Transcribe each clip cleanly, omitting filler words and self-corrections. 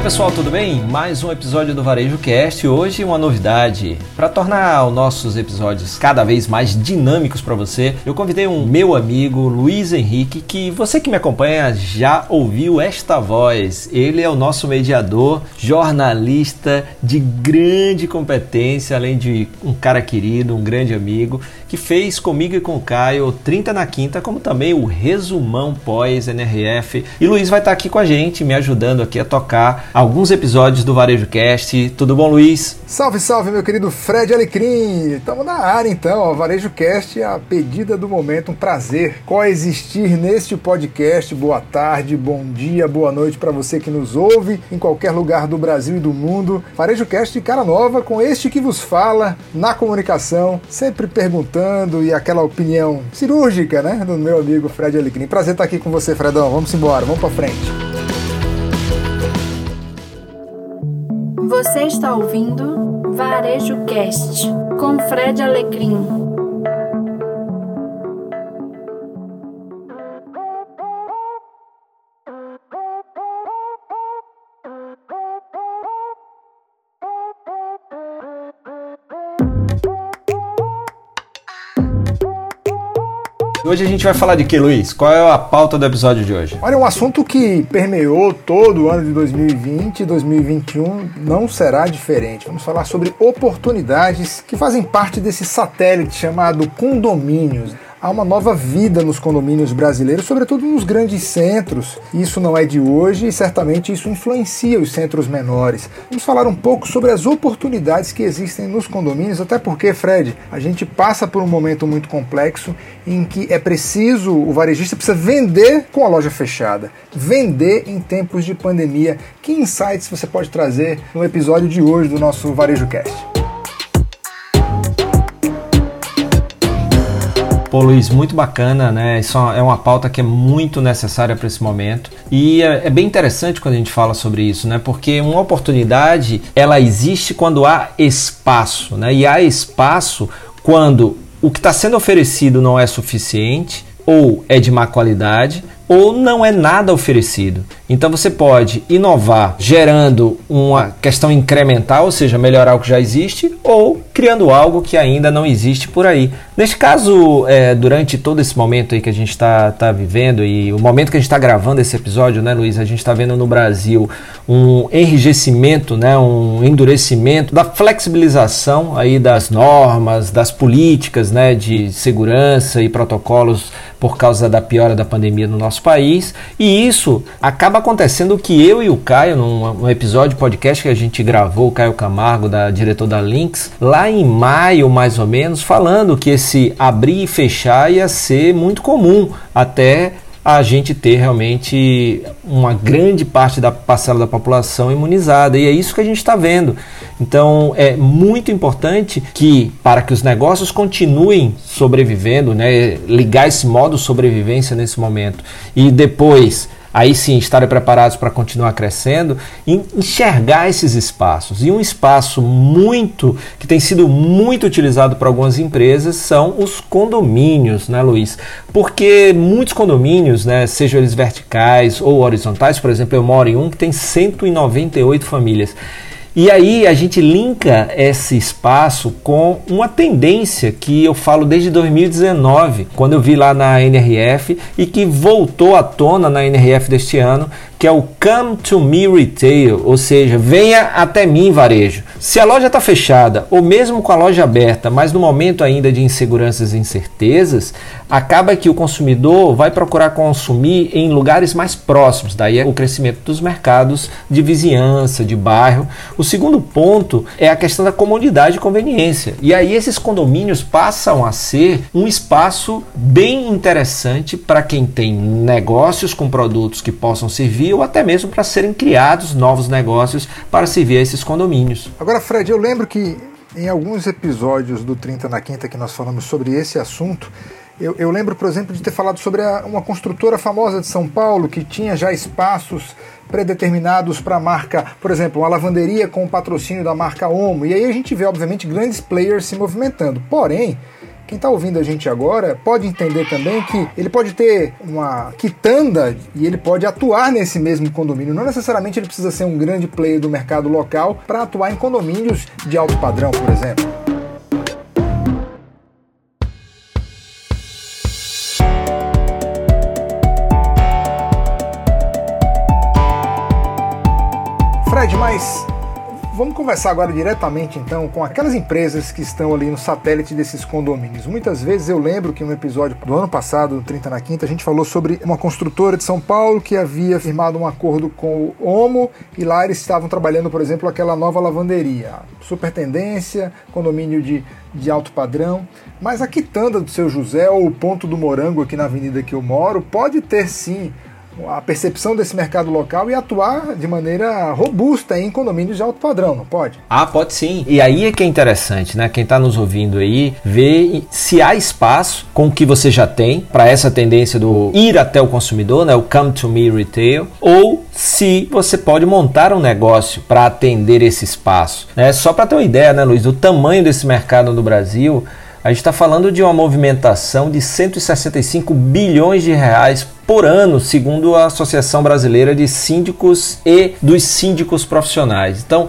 pessoal, tudo bem? Mais um episódio do Varejo Cast. Hoje uma novidade. Para tornar os nossos episódios cada vez mais dinâmicos para você, eu convidei um meu amigo, Luiz Henrique, que você que me acompanha já ouviu esta voz. Ele é o nosso mediador, jornalista de grande competência, além de um cara querido, um grande amigo, que fez comigo e com o Caio o 30 na Quinta, como também o Resumão Pós-NRF. E Luiz vai estar aqui com a gente, me ajudando aqui a tocar alguns episódios do Varejo Cast. Tudo bom, Luiz? Salve, salve, meu querido Fred Alecrim. Estamos na área, então. O Varejo Cast é a pedida do momento. Um prazer coexistir neste podcast. Boa tarde, bom dia, boa noite para você que nos ouve em qualquer lugar do Brasil e do mundo. Varejo Cast de cara nova, com este que vos fala na comunicação, sempre perguntando e aquela opinião cirúrgica, né, do meu amigo Fred Alecrim. Prazer estar aqui com você, Fredão. Vamos embora, vamos para frente. Você está ouvindo Varejo Cast com Fred Alecrim. Hoje a gente vai falar de que, Luiz? Qual é a pauta do episódio de hoje? Olha, um assunto que permeou todo o ano de 2020 e 2021 não será diferente. Vamos falar sobre oportunidades que fazem parte desse satélite chamado condomínios. Há uma nova vida nos condomínios brasileiros, sobretudo nos grandes centros. Isso não é de hoje e certamente isso influencia os centros menores. Vamos falar um pouco sobre as oportunidades que existem nos condomínios, até porque, Fred, a gente passa por um momento muito complexo em que é preciso, o varejista precisa vender com a loja fechada, vender em tempos de pandemia. Que insights você pode trazer no episódio de hoje do nosso Varejo Cast? Pô, Luiz, muito bacana, né? Isso é uma pauta que é muito necessária para esse momento e é bem interessante quando a gente fala sobre isso, né? Porque uma oportunidade, ela existe quando há espaço, né? E há espaço quando o que está sendo oferecido não é suficiente ou é de má qualidade ou não é nada oferecido. Então você pode inovar gerando uma questão incremental, ou seja, melhorar o que já existe, ou criando algo que ainda não existe por aí. Neste caso, durante todo esse momento aí que a gente está vivendo e o momento que a gente está gravando esse episódio, né, Luiz, a gente está vendo no Brasil um enrijecimento, né, um endurecimento da flexibilização aí das normas, das políticas, né, de segurança e protocolos por causa da piora da pandemia no nosso país, e isso acaba acontecendo que eu e o Caio, num episódio podcast que a gente gravou, o Caio Camargo, diretor da Lynx, lá em maio mais ou menos, falando que esse abrir e fechar ia ser muito comum até a gente ter realmente uma grande parte da parcela da população imunizada, e é isso que a gente está vendo. Então é muito importante que, para que os negócios continuem sobrevivendo, né, ligar esse modo sobrevivência nesse momento e depois aí sim estarem preparados para continuar crescendo, enxergar esses espaços. E um espaço que tem sido muito utilizado por algumas empresas são os condomínios, né, Luiz? Porque muitos condomínios, né, sejam eles verticais ou horizontais, por exemplo, eu moro em um que tem 198 famílias. E aí a gente linka esse espaço com uma tendência que eu falo desde 2019, quando eu vi lá na NRF e que voltou à tona na NRF deste ano, que é o Come to Me Retail, ou seja, venha até mim varejo. Se a loja está fechada ou mesmo com a loja aberta, mas no momento ainda de inseguranças e incertezas, acaba que o consumidor vai procurar consumir em lugares mais próximos, daí é o crescimento dos mercados de vizinhança, de bairro. O segundo ponto é a questão da comodidade e conveniência. E aí esses condomínios passam a ser um espaço bem interessante para quem tem negócios com produtos que possam servir ou até mesmo para serem criados novos negócios para servir a esses condomínios. Agora, Fred, eu lembro que em alguns episódios do 30 na Quinta que nós falamos sobre esse assunto, eu lembro, por exemplo, de ter falado sobre uma construtora famosa de São Paulo que tinha já espaços predeterminados para a marca, por exemplo, uma lavanderia com o patrocínio da marca Omo. E aí a gente vê, obviamente, grandes players se movimentando. Porém, quem está ouvindo a gente agora pode entender também que ele pode ter uma quitanda e ele pode atuar nesse mesmo condomínio. Não necessariamente ele precisa ser um grande player do mercado local para atuar em condomínios de alto padrão, por exemplo. Fred, mas vamos conversar agora diretamente então com aquelas empresas que estão ali no satélite desses condomínios. Muitas vezes eu lembro que no episódio do ano passado, 30 na Quinta, a gente falou sobre uma construtora de São Paulo que havia firmado um acordo com o Omo e lá eles estavam trabalhando, por exemplo, aquela nova lavanderia. Super tendência, condomínio de alto padrão. Mas a quitanda do Seu José ou o Ponto do Morango aqui na avenida que eu moro pode ter sim a percepção desse mercado local e atuar de maneira robusta em condomínios de alto padrão, não pode? Ah, pode sim. E aí é que é interessante, né? Quem está nos ouvindo aí, ver se há espaço com o que você já tem para essa tendência do ir até o consumidor, né? O come to me retail, ou se você pode montar um negócio para atender esse espaço. Só para ter uma ideia, né, Luiz, do tamanho desse mercado no Brasil, a gente está falando de uma movimentação de 165 bilhões de reais por ano, segundo a Associação Brasileira de Síndicos e dos Síndicos Profissionais. Então,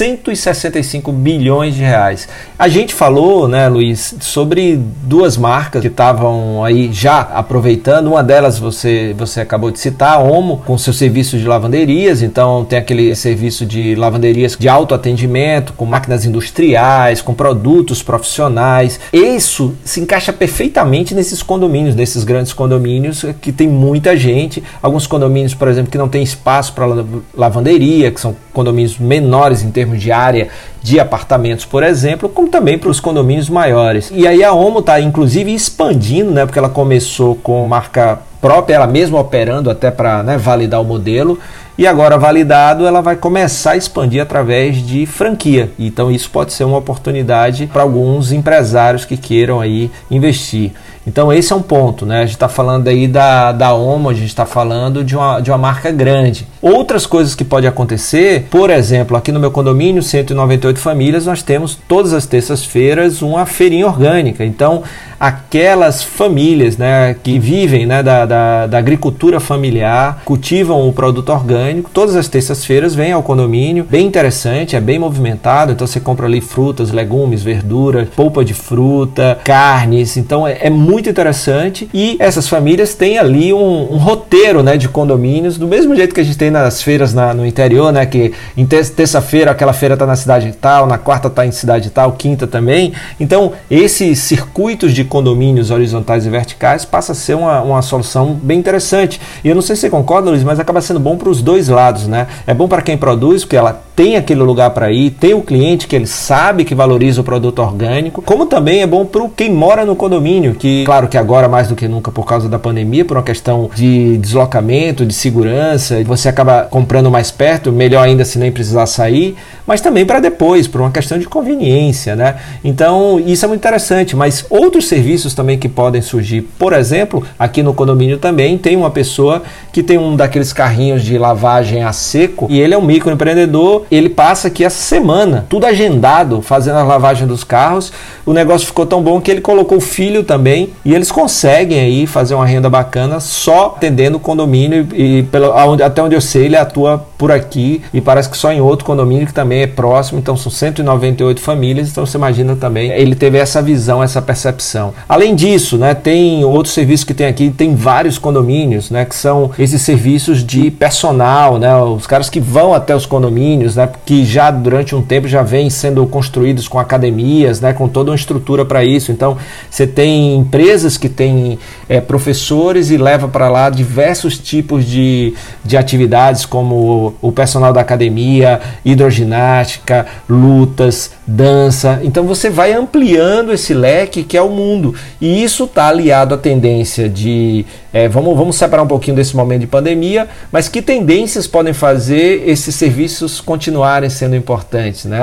165 bilhões de reais. A gente falou, né, Luiz, sobre duas marcas que estavam aí já aproveitando. Uma delas você acabou de citar, a Omo, com seu serviço de lavanderias. Então, tem aquele serviço de lavanderias de autoatendimento, com máquinas industriais, com produtos profissionais. Isso se encaixa perfeitamente nesses condomínios, nesses grandes condomínios que tem muita gente. Alguns condomínios, por exemplo, que não tem espaço para lavanderia, que são condomínios menores em termos de área de apartamentos, por exemplo, como também para os condomínios maiores. E aí a Omo está, inclusive, expandindo, né, porque ela começou com marca própria, ela mesma operando até para, né, validar o modelo. E agora validado, ela vai começar a expandir através de franquia. Então isso pode ser uma oportunidade para alguns empresários que queiram aí investir. Então esse é um ponto, né? A gente está falando aí da Omo, a gente está falando de uma marca grande. Outras coisas que podem acontecer, por exemplo, aqui no meu condomínio, 198 famílias, nós temos todas as terças-feiras uma feirinha orgânica. Então aquelas famílias, né, que vivem, né, da agricultura familiar, cultivam o produto orgânico, todas as terças-feiras vem ao condomínio, bem interessante, é bem movimentado, então você compra ali frutas, legumes, verduras, polpa de fruta, carnes, então é muito interessante. E essas famílias têm ali um roteiro, né, de condomínios, do mesmo jeito que a gente tem nas feiras no interior, né, que em terça-feira aquela feira está na cidade tal, na quarta está em cidade tal, quinta também. Então esses circuitos de condomínios horizontais e verticais passa a ser uma solução bem interessante. E eu não sei se você concorda, Luiz, mas acaba sendo bom para os dois lados, né? É bom para quem produz, porque ela tem aquele lugar para ir, tem o cliente que ele sabe que valoriza o produto orgânico, como também é bom para quem mora no condomínio, que claro que agora mais do que nunca por causa da pandemia, por uma questão de deslocamento, de segurança, você acaba comprando mais perto, melhor ainda se nem precisar sair, mas também para depois, por uma questão de conveniência, né? Então isso é muito interessante, mas outros serviços também que podem surgir, por exemplo, aqui no condomínio também tem uma pessoa que tem um daqueles carrinhos de lavagem a seco e ele é um microempreendedor, ele passa aqui essa semana, tudo agendado, fazendo a lavagem dos carros. O negócio ficou tão bom que ele colocou o filho também e eles conseguem aí fazer uma renda bacana só atendendo o condomínio e até onde eu sei ele atua por aqui e parece que só em outro condomínio que também é próximo, então são 198 famílias, então você imagina também, ele teve essa visão, essa percepção. Além disso, né, tem outros serviços que tem aqui, tem vários condomínios, né, que são esses serviços de personal, né, os caras que vão até os condomínios, né, que já durante um tempo já vêm sendo construídos com academias, né, com toda uma estrutura para isso. Então você tem empresas que têm professores e leva para lá diversos tipos de atividades, como o personal da academia, hidroginástica, lutas, dança. Então você vai ampliando esse leque que é o mundo, e isso está aliado à tendência de vamos separar um pouquinho desse momento de pandemia, mas que tendências podem fazer esses serviços continuarem sendo importantes, né?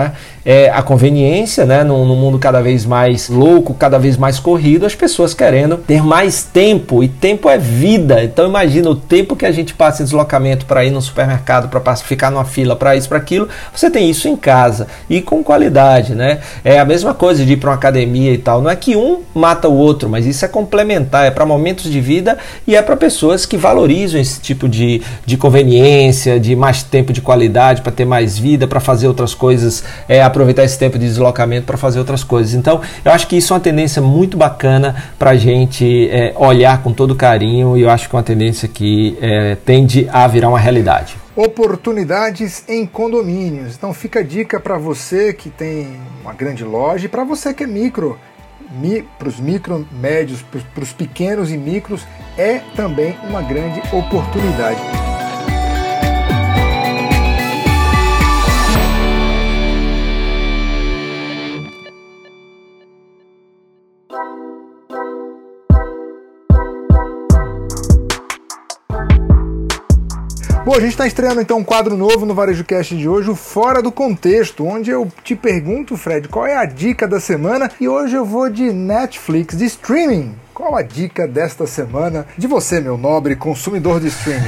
a conveniência, né? Num mundo cada vez mais louco, cada vez mais corrido, as pessoas querendo ter mais tempo, e tempo é vida. Então imagina o tempo que a gente passa em deslocamento para ir no supermercado, para ficar numa fila, para isso, para aquilo. Você tem isso em casa e com qualidade, né? É a mesma coisa de ir para uma academia e tal. Não é que um mata o outro, mas isso é complementar, é para momentos de vida e é para pessoas que valorizam esse tipo de conveniência, de mais tempo de qualidade, para ter mais vida, para fazer outras coisas, aproveitar esse tempo de deslocamento para fazer outras coisas. Então, eu acho que isso é uma tendência muito bacana para a gente olhar com todo carinho, e eu acho que é uma tendência que tende a virar uma realidade. Oportunidades em condomínios. Então fica a dica para você que tem uma grande loja e para você que é para os micro, médios, para os pequenos e micros, é também uma grande oportunidade. Bom, a gente está estreando então um quadro novo no Varejo Cast de hoje, o Fora do Contexto, onde eu te pergunto, Fred, qual é a dica da semana? E hoje eu vou de Netflix, de streaming. Qual a dica desta semana de você, meu nobre consumidor de streaming?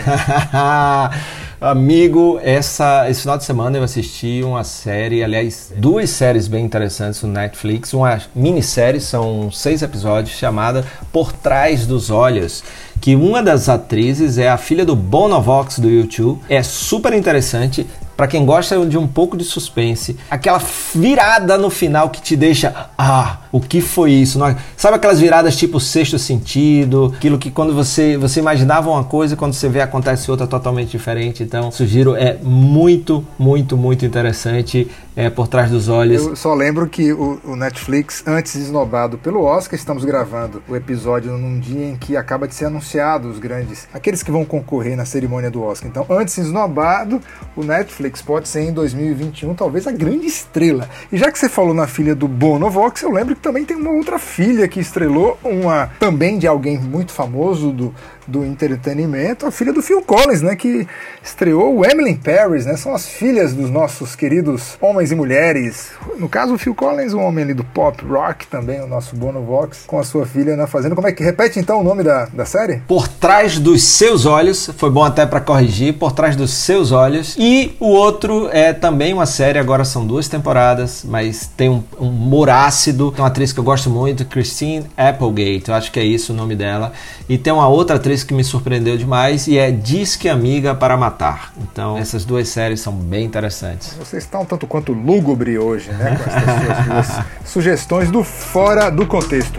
Amigo, esse final de semana eu assisti uma série, aliás, 2 séries bem interessantes no Netflix, uma minissérie, são 6 episódios, chamada Por Trás dos Olhos, que uma das atrizes é a filha do Bono Vox do U2, é super interessante. Para quem gosta de um pouco de suspense, aquela virada no final que te deixa, o que foi isso? Sabe aquelas viradas tipo Sexto Sentido, aquilo que quando você imaginava uma coisa, quando você vê acontece outra totalmente diferente. Então, sugiro, é muito, muito, muito interessante, Por Trás dos Olhos. Eu só lembro que o Netflix, antes esnobado pelo Oscar, estamos gravando o episódio num dia em que acaba de ser anunciado aqueles que vão concorrer na cerimônia do Oscar. Então, antes esnobado, o Netflix pode ser em 2021 talvez a grande estrela. E já que você falou na filha do Bono Vox, eu lembro que também tem uma outra filha que estrelou, também de alguém muito famoso do entretenimento, a filha do Phil Collins, né, que estreou o Emily in Paris, né, são as filhas dos nossos queridos homens e mulheres. No caso, o Phil Collins, um homem ali do pop rock, também o nosso Bono Vox, com a sua filha na Fazenda. Como é que repete então o nome da série? Por Trás dos Seus Olhos, foi bom até para corrigir, Por Trás dos Seus Olhos. E o outro é também uma série, agora são 2 temporadas, mas tem um humor ácido, tem uma atriz que eu gosto muito, Christine Applegate, eu acho que é isso o nome dela, e tem uma outra atriz que me surpreendeu demais, e é Disque Amiga para Matar. Então, essas 2 séries são bem interessantes. Você está um tanto quanto lúgubre hoje, né, com essas suas 2 sugestões do Fora do Contexto.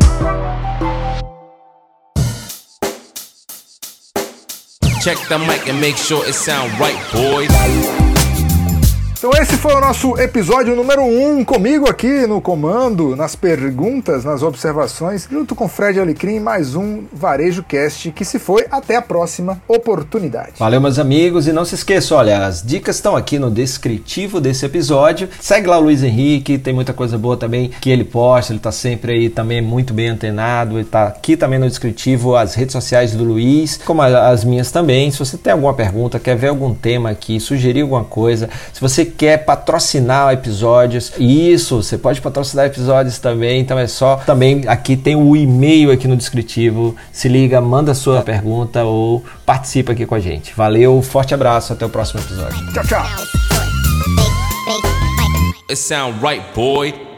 Check the mic and make sure it sound right, boys. Então esse foi o nosso episódio número 1, comigo aqui no comando, nas perguntas, nas observações, junto com Fred Alecrim, mais um Varejo Cast que se foi. Até a próxima oportunidade. Valeu, meus amigos, e não se esqueça, olha, as dicas estão aqui no descritivo desse episódio. Segue lá o Luiz Henrique, tem muita coisa boa também que ele posta, ele tá sempre aí também muito bem antenado, ele tá aqui também no descritivo as redes sociais do Luiz, como as minhas também. Se você tem alguma pergunta, quer ver algum tema aqui, sugerir alguma coisa, se você quer patrocinar episódios, isso, você pode patrocinar episódios também, então é só, também aqui tem o e-mail aqui no descritivo, se liga, manda sua pergunta ou participa aqui com a gente. Valeu, forte abraço, até o próximo episódio. Tchau, tchau. It sound right, boy.